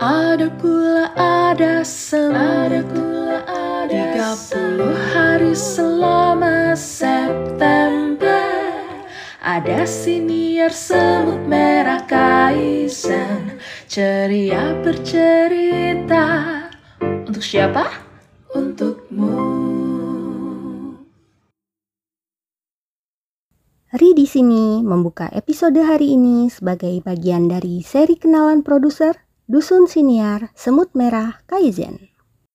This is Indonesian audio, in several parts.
Ada semut 30 hari selama September. Ada siniar semut merah Kaizen, ceria bercerita. Untuk siapa? Untukmu. Ri di sini membuka episode hari ini sebagai bagian dari seri kenalan produser Dusun Siniar Semut Merah Kaizen.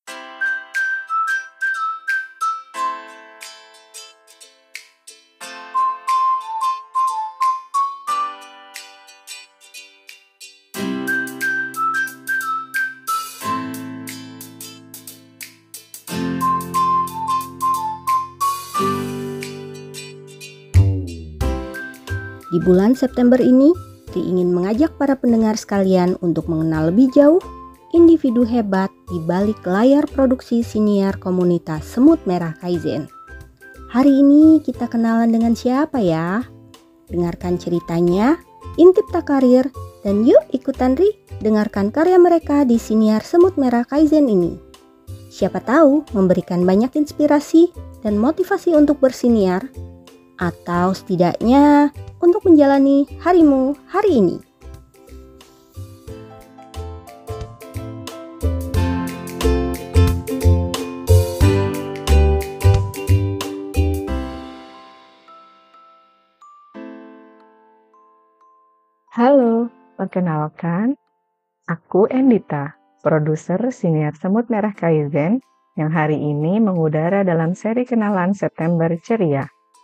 Di bulan September ini, Ri ingin mengajak para pendengar sekalian untuk mengenal lebih jauh individu hebat di balik layar produksi siniar komunitas Semut Merah Kaizen. Hari ini kita kenalan dengan siapa ya? Dengarkan ceritanya, intip tak karir, dan yuk ikutan Ri dengarkan karya mereka di siniar Semut Merah Kaizen ini. Siapa tahu memberikan banyak inspirasi dan motivasi untuk bersiniar, atau setidaknya untuk menjalani harimu hari ini. Halo, perkenalkan, aku Endita, produser siniar Semut Merah Kaizen yang hari ini mengudara dalam seri kenalan September Ceria.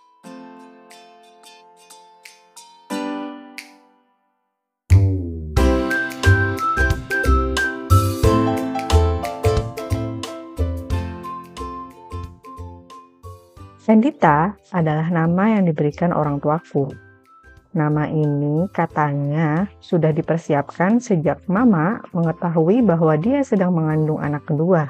Endita adalah nama yang diberikan orang tuaku. Nama ini katanya sudah dipersiapkan sejak mama mengetahui bahwa dia sedang mengandung anak kedua.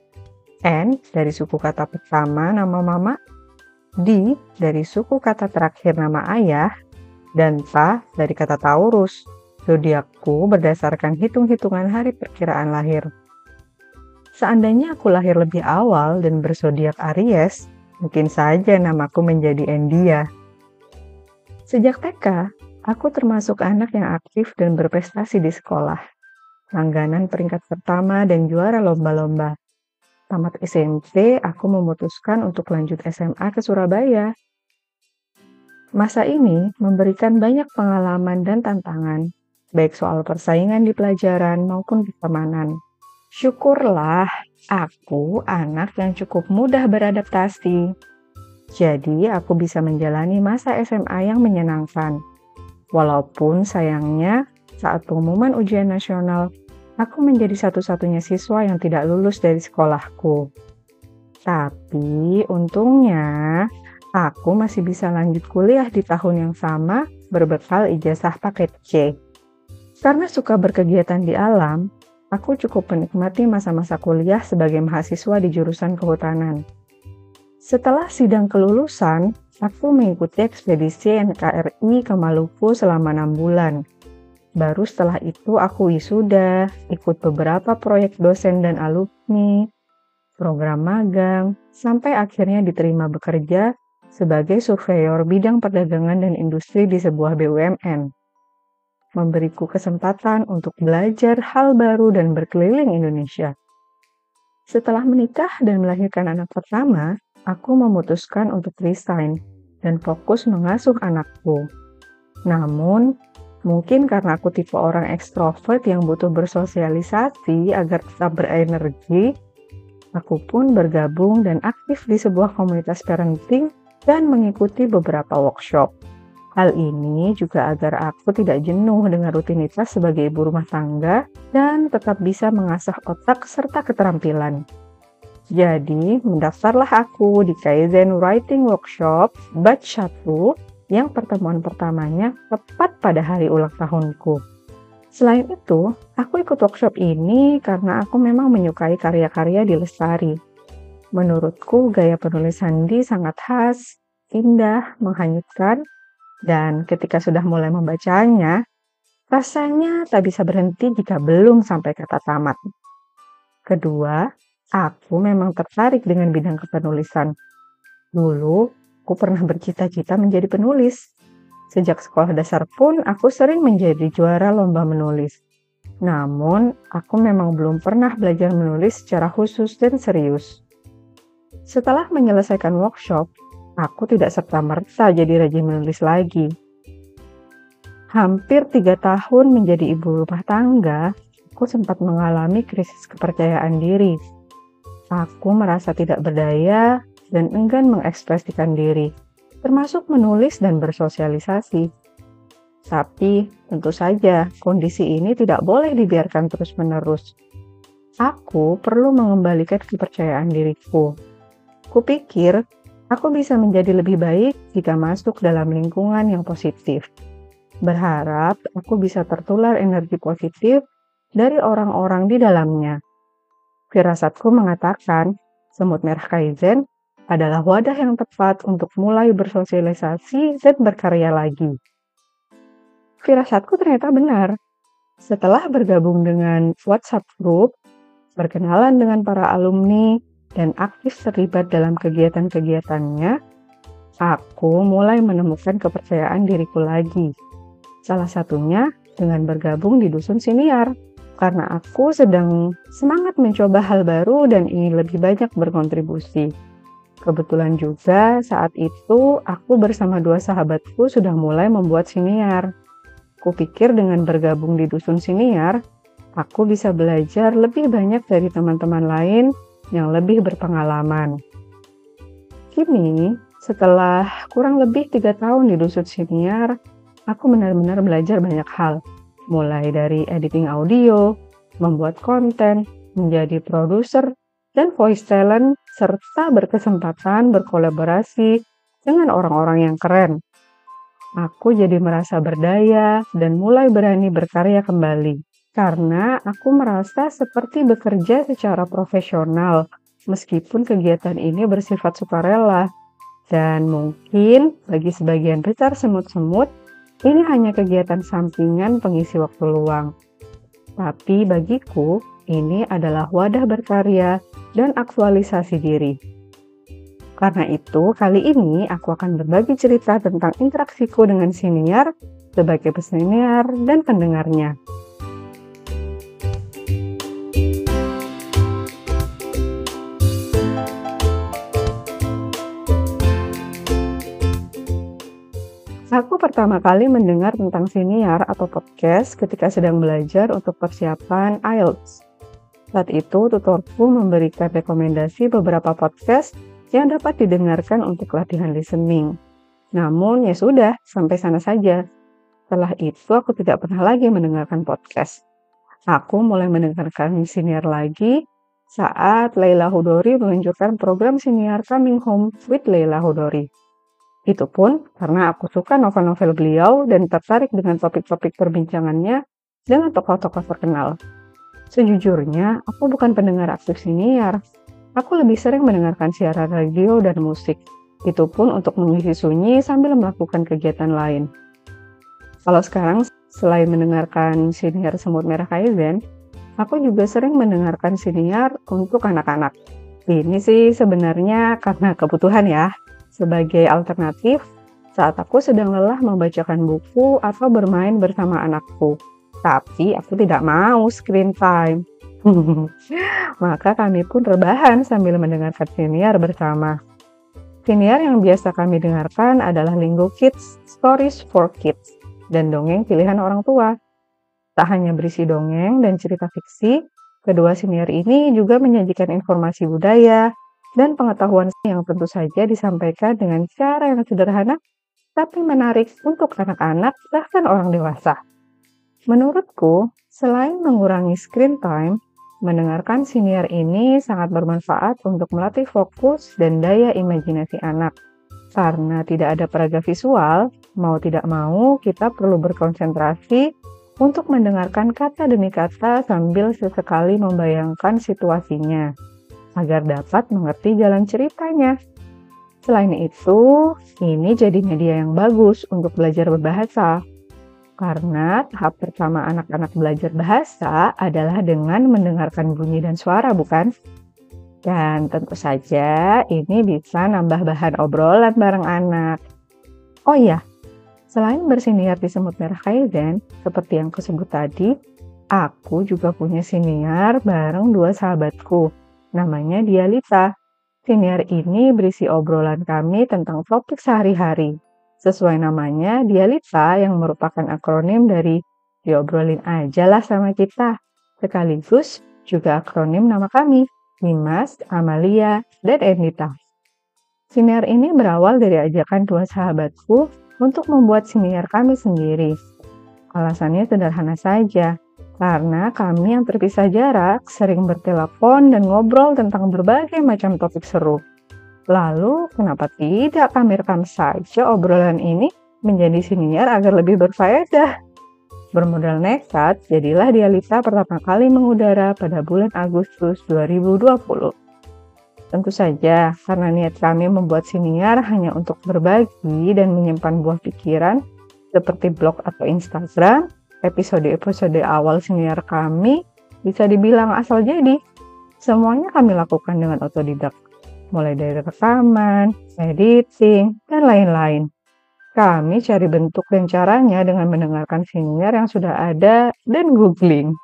N dari suku kata pertama nama mama, D dari suku kata terakhir nama ayah, dan Ta dari kata Taurus. Zodiakku berdasarkan hitung-hitungan hari perkiraan lahir. Seandainya aku lahir lebih awal dan berzodiak Aries, mungkin saja namaku menjadi Endia. Sejak TK, aku termasuk anak yang aktif dan berprestasi di sekolah. Langganan peringkat pertama dan juara lomba-lomba. Tamat SMP, aku memutuskan untuk lanjut SMA ke Surabaya. Masa ini memberikan banyak pengalaman dan tantangan, baik soal persaingan di pelajaran maupun pertemanan. Syukurlah, aku anak yang cukup mudah beradaptasi. Jadi, aku bisa menjalani masa SMA yang menyenangkan. Walaupun sayangnya, saat pengumuman ujian nasional, aku menjadi satu-satunya siswa yang tidak lulus dari sekolahku. Tapi, untungnya, aku masih bisa lanjut kuliah di tahun yang sama berbekal ijazah paket C. Karena suka berkegiatan di alam, aku cukup menikmati masa-masa kuliah sebagai mahasiswa di jurusan kehutanan. Setelah sidang kelulusan, aku mengikuti ekspedisi NKRI ke Maluku selama 6 bulan. Baru setelah itu aku wisuda, ikut beberapa proyek dosen dan alumni, program magang, sampai akhirnya diterima bekerja sebagai surveyor bidang perdagangan dan industri di sebuah BUMN. Memberiku kesempatan untuk belajar hal baru dan berkeliling Indonesia. Setelah menikah dan melahirkan anak pertama, aku memutuskan untuk resign dan fokus mengasuh anakku. Namun, mungkin karena aku tipe orang ekstrovert yang butuh bersosialisasi agar tetap berenergi, aku pun bergabung dan aktif di sebuah komunitas parenting dan mengikuti beberapa workshop. Hal ini juga agar aku tidak jenuh dengan rutinitas sebagai ibu rumah tangga dan tetap bisa mengasah otak serta keterampilan. Jadi, mendaftarlah aku di Kaizen Writing Workshop batch 1 yang pertemuan pertamanya tepat pada hari ulang tahunku. Selain itu, aku ikut workshop ini karena aku memang menyukai karya-karya di Lestari. Menurutku, gaya penulisan Di sangat khas, indah, menghanyutkan, dan ketika sudah mulai membacanya, Rasanya tak bisa berhenti jika belum sampai kata tamat. Kedua, aku memang tertarik dengan bidang kepenulisan. Dulu, aku pernah bercita-cita menjadi penulis. Sejak sekolah dasar pun, aku sering menjadi juara lomba menulis. Namun, aku memang belum pernah belajar menulis secara khusus dan serius. Setelah menyelesaikan workshop, aku tidak serta-merta jadi rajin menulis lagi. Hampir 3 tahun menjadi ibu rumah tangga, aku sempat mengalami krisis kepercayaan diri. Aku merasa tidak berdaya dan enggan mengekspresikan diri, termasuk menulis dan bersosialisasi. Tapi, tentu saja, kondisi ini tidak boleh dibiarkan terus-menerus. Aku perlu mengembalikan kepercayaan diriku. Kupikir, aku bisa menjadi lebih baik jika masuk dalam lingkungan yang positif. Berharap aku bisa tertular energi positif dari orang-orang di dalamnya. Firasatku mengatakan, Semut Merah Kaizen adalah wadah yang tepat untuk mulai bersosialisasi dan berkarya lagi. Firasatku ternyata benar. Setelah bergabung dengan WhatsApp group, berkenalan dengan para alumni, dan aktif terlibat dalam kegiatan-kegiatannya, aku mulai menemukan kepercayaan diriku lagi. Salah satunya dengan bergabung di Dusun Siniar, karena aku sedang semangat mencoba hal baru dan ingin lebih banyak berkontribusi. Kebetulan juga saat itu aku bersama 2 sahabatku sudah mulai membuat siniar. Kupikir dengan bergabung di Dusun Siniar, aku bisa belajar lebih banyak dari teman-teman lain yang lebih berpengalaman. Kini, setelah kurang lebih 3 tahun di Dusun Siniar, aku benar-benar belajar banyak hal, mulai dari editing audio, membuat konten, menjadi produser, dan voice talent, serta berkesempatan berkolaborasi dengan orang-orang yang keren. Aku jadi merasa berdaya dan mulai berani berkarya kembali, karena aku merasa seperti bekerja secara profesional, meskipun kegiatan ini bersifat sukarela. Dan mungkin bagi sebagian besar semut-semut, ini hanya kegiatan sampingan pengisi waktu luang. Tapi bagiku, ini adalah wadah berkarya dan aktualisasi diri. Karena itu, kali ini aku akan berbagi cerita tentang interaksiku dengan siniar sebagai pesiniar dan pendengarnya. Aku pertama kali mendengar tentang siniar atau podcast ketika sedang belajar untuk persiapan IELTS. Saat itu, tutorku memberikan rekomendasi beberapa podcast yang dapat didengarkan untuk latihan listening. Namun, ya sudah, sampai sana saja. Setelah itu, aku tidak pernah lagi mendengarkan podcast. Aku mulai mendengarkan siniar lagi saat Leila Hudori meluncurkan program siniar Coming Home with Leila Hudori. Itu pun karena aku suka novel-novel beliau dan tertarik dengan topik-topik perbincangannya dengan tokoh-tokoh terkenal. Sejujurnya, aku bukan pendengar aktif siniar. Aku lebih sering mendengarkan siaran radio dan musik. Itu pun untuk mengisi sunyi sambil melakukan kegiatan lain. Kalau sekarang, selain mendengarkan siniar Semut Merah Kaizen, aku juga sering mendengarkan siniar untuk anak-anak. Ini sih sebenarnya karena kebutuhan ya. Sebagai alternatif, saat aku sedang lelah membacakan buku atau bermain bersama anakku. Tapi aku tidak mau screen time. Maka kami pun rebahan sambil mendengarkan siniar bersama. Siniar yang biasa kami dengarkan adalah Linggo Kids, Stories for Kids, dan dongeng pilihan orang tua. Tak hanya berisi dongeng dan cerita fiksi, kedua siniar ini juga menyajikan informasi budaya, dan pengetahuan yang tentu saja disampaikan dengan cara yang sederhana tapi menarik untuk anak-anak bahkan orang dewasa. Menurutku, selain mengurangi screen time, mendengarkan siniar ini sangat bermanfaat untuk melatih fokus dan daya imajinasi anak. Karena tidak ada peraga visual, mau tidak mau kita perlu berkonsentrasi untuk mendengarkan kata demi kata sambil sesekali membayangkan situasinya, agar dapat mengerti jalan ceritanya. Selain itu, ini jadi media yang bagus untuk belajar berbahasa. Karena tahap pertama anak-anak belajar bahasa adalah dengan mendengarkan bunyi dan suara, bukan? Dan tentu saja ini bisa nambah bahan obrolan bareng anak. Oh iya, selain bersiniar di Semut Merah Kaizen, seperti yang kusebut tadi, aku juga punya siniar bareng dua sahabatku. Namanya Dialita. Siniar ini berisi obrolan kami tentang topik sehari-hari. Sesuai namanya, Dialita yang merupakan akronim dari diobrolin aja lah sama kita. Sekaligus juga akronim nama kami, Dimas, Amalia, dan Endita. Siniar ini berawal dari ajakan dua sahabatku untuk membuat siniar kami sendiri. Alasannya sederhana saja, karena kami yang terpisah jarak sering bertelepon dan ngobrol tentang berbagai macam topik seru. Lalu, kenapa tidak kami rekam saja obrolan ini menjadi siniar agar lebih berfaedah? Bermodal nekat, jadilah Dialita pertama kali mengudara pada bulan Agustus 2020. Tentu saja, karena niat kami membuat siniar hanya untuk berbagi dan menyimpan buah pikiran, seperti blog atau Instagram, episode-episode awal siniar kami bisa dibilang asal jadi. Semuanya kami lakukan dengan otodidak. Mulai dari rekaman, editing, dan lain-lain. Kami cari bentuk dan caranya dengan mendengarkan siniar yang sudah ada dan googling.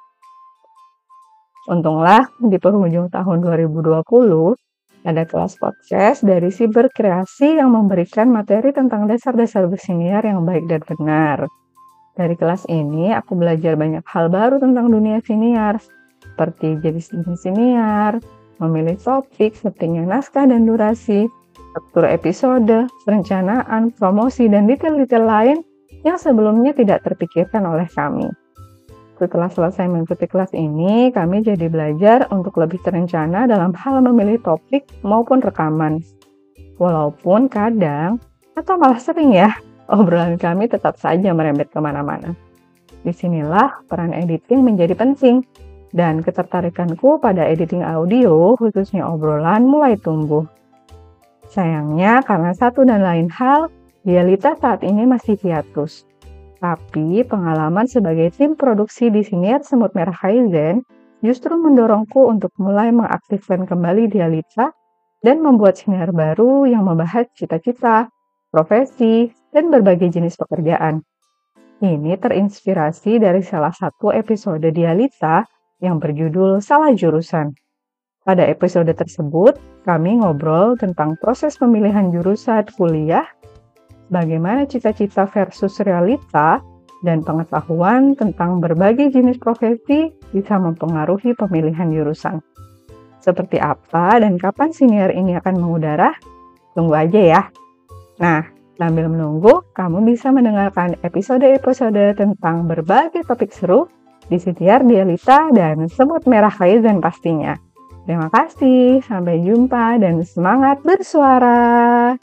Untunglah di penghujung tahun 2020, ada kelas podcast dari Siber Kreasi yang memberikan materi tentang dasar-dasar bersiniar yang baik dan benar. Dari kelas ini, aku belajar banyak hal baru tentang dunia siniar, seperti jenis-jenis siniar, memilih topik, pentingnya naskah dan durasi, struktur episode, perencanaan, promosi, dan detail-detail lain yang sebelumnya tidak terpikirkan oleh kami. Setelah selesai mengikuti kelas ini, kami jadi belajar untuk lebih terencana dalam hal memilih topik maupun rekaman. Walaupun kadang, atau malah sering ya, obrolan kami tetap saja merembet kemana-mana. Disinilah peran editing menjadi penting. Dan ketertarikanku pada editing audio, khususnya obrolan, mulai tumbuh. Sayangnya, karena satu dan lain hal, Dialita saat ini masih hiatus. Tapi, pengalaman sebagai tim produksi di siniar Semut Merah Kaizen justru mendorongku untuk mulai mengaktifkan kembali Dialita dan membuat siniar baru yang membahas cita-cita, profesi, dan berbagai jenis pekerjaan. Ini terinspirasi dari salah satu episode Dialita yang berjudul Salah Jurusan. Pada episode tersebut, kami ngobrol tentang proses pemilihan jurusan kuliah, bagaimana cita-cita versus realita, dan pengetahuan tentang berbagai jenis profesi bisa mempengaruhi pemilihan jurusan. Seperti apa dan kapan siniar ini akan mengudara? Tunggu aja ya. Nah, sambil menunggu, kamu bisa mendengarkan episode-episode tentang berbagai topik seru di siniar Dialita dan Semut Merah Kaizen pastinya. Terima kasih, sampai jumpa dan semangat bersuara.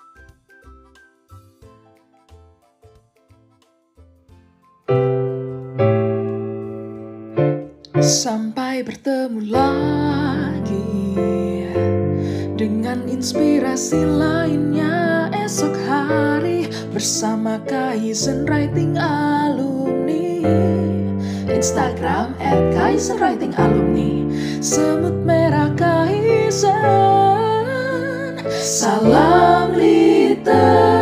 Sampai bertemu lagi dengan inspirasi lainnya esok hari bersama Kaizen Writing Alumni. Instagram @KaizenWritingAlumni, Semut Merah Kaizen, salam liter.